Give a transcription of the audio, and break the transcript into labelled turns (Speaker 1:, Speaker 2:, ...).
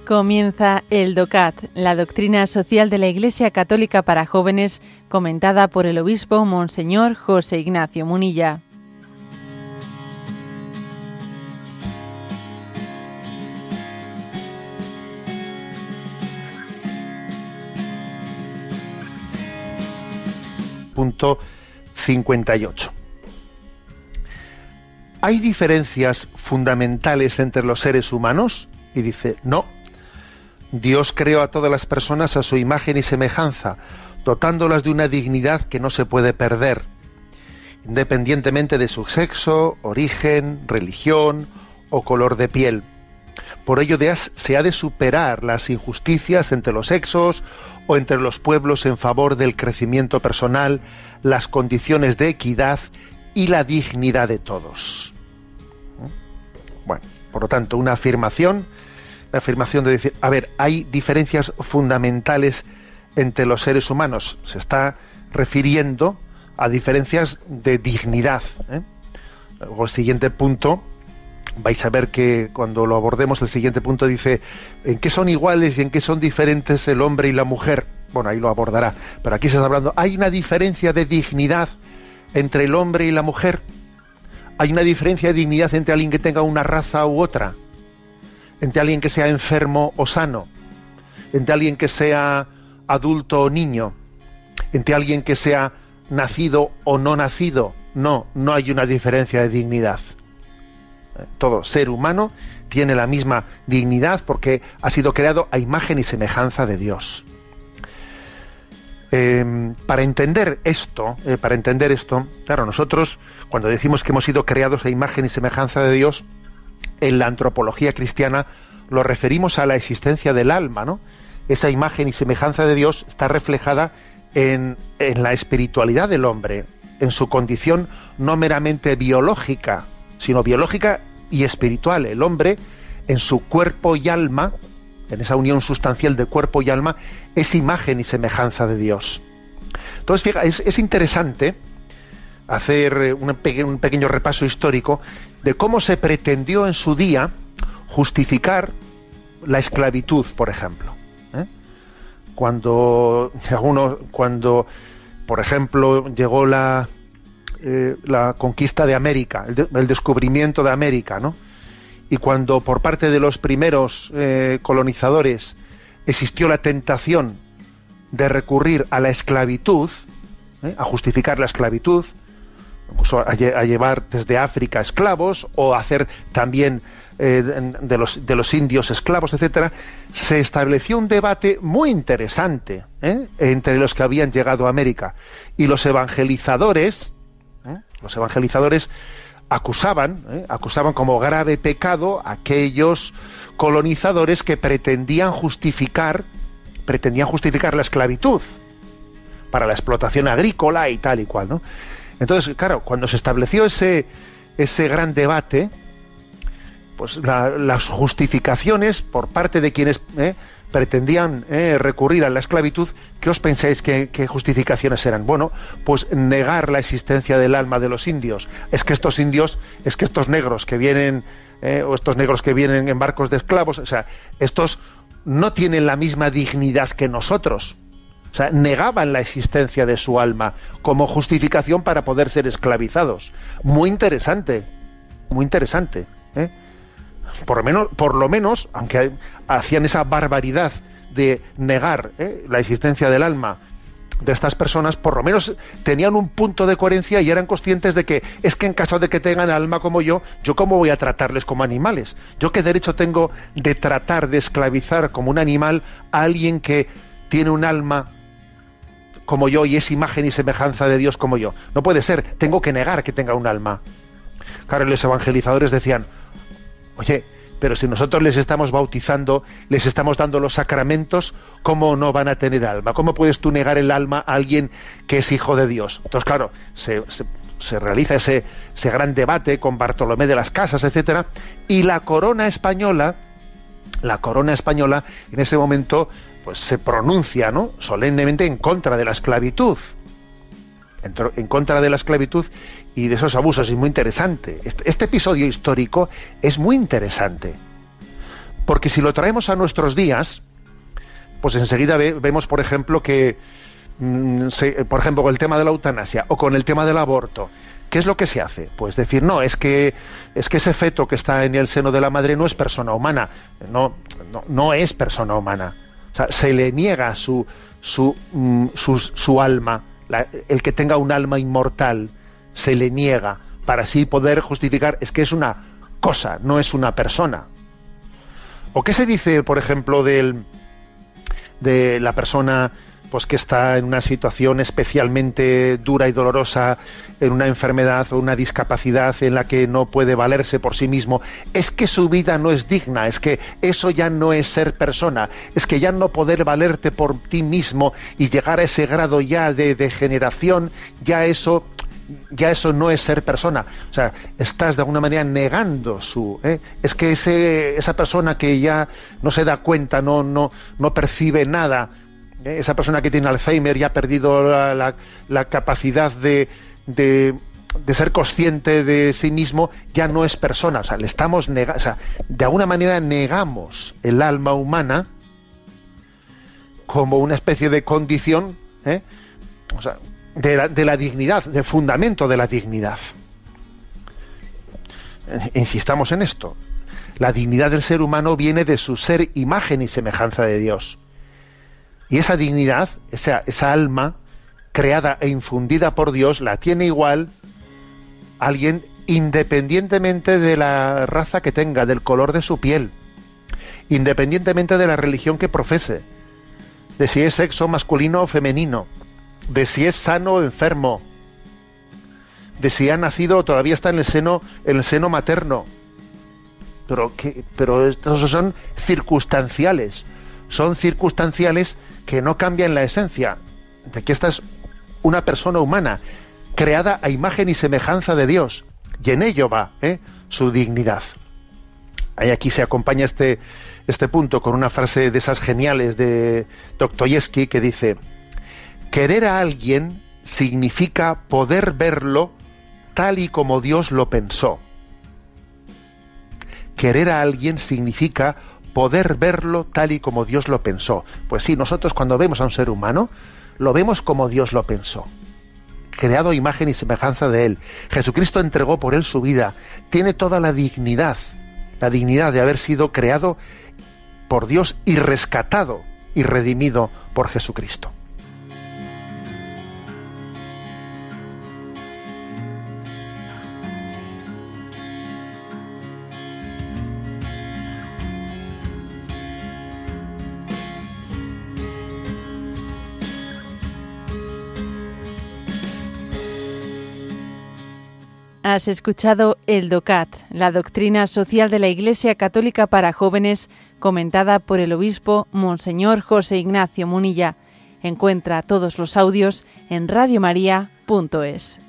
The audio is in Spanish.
Speaker 1: Comienza el DOCAT, la doctrina social de la Iglesia Católica para jóvenes, comentada por el obispo Monseñor José Ignacio Munilla.
Speaker 2: Punto 58. ¿Hay diferencias fundamentales entre los seres humanos? Y dice, no. Dios creó a todas las personas a su imagen y semejanza, dotándolas de una dignidad que no se puede perder, independientemente de su sexo, origen, religión o color de piel. Por ello se ha de superar las injusticias entre los sexos o entre los pueblos en favor del crecimiento personal, las condiciones de equidad y la dignidad de todos. Bueno, por lo tanto, la afirmación de decir, a ver, hay diferencias fundamentales entre los seres humanos. Se está refiriendo a diferencias de dignidad. Luego el siguiente punto, vais a ver que cuando lo abordemos, el siguiente punto dice, ¿en qué son iguales y en qué son diferentes el hombre y la mujer? Bueno, ahí lo abordará. Pero aquí se está hablando, ¿hay una diferencia de dignidad entre el hombre y la mujer? ¿Hay una diferencia de dignidad entre alguien que tenga una raza u otra? ¿Entre alguien que sea enfermo o sano? ¿Entre alguien que sea adulto o niño? ¿Entre alguien que sea nacido o no nacido? No hay una diferencia de dignidad. Todo ser humano tiene la misma dignidad porque ha sido creado a imagen y semejanza de Dios. Para entender esto, claro, nosotros cuando decimos que hemos sido creados a imagen y semejanza de Dios, en la antropología cristiana lo referimos a la existencia del alma, ¿no? Esa imagen y semejanza de Dios está reflejada en la espiritualidad del hombre, en su condición no meramente biológica, sino biológica y espiritual. El hombre, en su cuerpo y alma, en esa unión sustancial de cuerpo y alma, es imagen y semejanza de Dios. Entonces, fíjate, es interesante hacer un pequeño repaso histórico de cómo se pretendió en su día justificar la esclavitud, por ejemplo. Cuando, por ejemplo, llegó la conquista de América, el descubrimiento de América, ¿no? Y cuando por parte de los primeros colonizadores existió la tentación de recurrir a la esclavitud, a justificar la esclavitud, incluso a llevar desde África esclavos o a hacer también de los indios esclavos, etcétera, se estableció un debate muy interesante entre los que habían llegado a América, y los evangelizadores acusaban como grave pecado a aquellos colonizadores que pretendían justificar la esclavitud para la explotación agrícola y tal y cual, ¿no? Entonces, claro, cuando se estableció ese gran debate, pues las justificaciones por parte de quienes pretendían recurrir a la esclavitud, ¿qué os pensáis que justificaciones eran? Bueno, pues negar la existencia del alma de los indios. Es que estos negros que vienen, o estos negros que vienen en barcos de esclavos, o sea, estos no tienen la misma dignidad que nosotros. O sea, negaban la existencia de su alma como justificación para poder ser esclavizados. Muy interesante, ¿eh? Por lo menos, aunque hacían esa barbaridad de negar la existencia del alma de estas personas, por lo menos tenían un punto de coherencia y eran conscientes de que es que en caso de que tengan alma como yo cómo voy a tratarles como animales. Yo qué derecho tengo de tratar de esclavizar como un animal a alguien que tiene un alma como yo y es imagen y semejanza de Dios como yo. No puede ser, tengo que negar que tenga un alma. Claro, los evangelizadores decían, oye, pero si nosotros les estamos bautizando, les estamos dando los sacramentos, ¿cómo no van a tener alma? ¿Cómo puedes tú negar el alma a alguien que es hijo de Dios? Entonces, claro, se realiza ese gran debate con Bartolomé de las Casas, etcétera, y la corona española en ese momento pues se pronuncia, ¿no?, solemnemente en contra de la esclavitud. En contra de la esclavitud y de esos abusos. Es muy interesante. Este episodio histórico es muy interesante, Porque si lo traemos a nuestros días, pues enseguida vemos, por ejemplo, que, por ejemplo, con el tema de la eutanasia o con el tema del aborto, ¿qué es lo que se hace? Pues decir, no, es que ese feto que está en el seno de la madre no es persona humana. No es persona humana. O sea, se le niega su alma, el que tenga un alma inmortal, se le niega, para así poder justificar, es que es una cosa, no es una persona. ¿O qué se dice, por ejemplo, de la persona pues que está en una situación especialmente dura y dolorosa, en una enfermedad o una discapacidad en la que no puede valerse por sí mismo? Es que su vida no es digna, es que eso ya no es ser persona, es que ya no poder valerte por ti mismo y llegar a ese grado ya de degeneración, ya eso no es ser persona. O sea, estás de alguna manera negando es que esa persona que ya no se da cuenta, no percibe nada, esa persona que tiene Alzheimer ya ha perdido la capacidad de ser consciente de sí mismo, ya no es persona. O sea, le estamos negando, o sea, de alguna manera negamos el alma humana como una especie de condición, o sea, de la dignidad, del fundamento de la dignidad. Insistamos en esto. La dignidad del ser humano viene de su ser imagen y semejanza de Dios. Y esa dignidad, esa alma creada e infundida por Dios, la tiene igual alguien independientemente de la raza que tenga, del color de su piel, independientemente de la religión que profese, de si es sexo masculino o femenino, de si es sano o enfermo, de si ha nacido o todavía está en el seno materno. Pero estos son circunstanciales que no cambian la esencia de que esta es una persona humana creada a imagen y semejanza de Dios, y en ello va su dignidad. Aquí se acompaña este punto con una frase de esas geniales de Dostoyevski que dice: querer a alguien significa poder verlo tal y como Dios lo pensó. Querer a alguien significa poder verlo tal y como Dios lo pensó. Pues sí, nosotros cuando vemos a un ser humano, lo vemos como Dios lo pensó, creado a imagen y semejanza de Él. Jesucristo entregó por Él su vida, tiene toda la dignidad de haber sido creado por Dios y rescatado y redimido por Jesucristo.
Speaker 1: Has escuchado el DOCAT, la doctrina social de la Iglesia Católica para jóvenes, comentada por el obispo Monseñor José Ignacio Munilla. Encuentra todos los audios en radiomaria.es.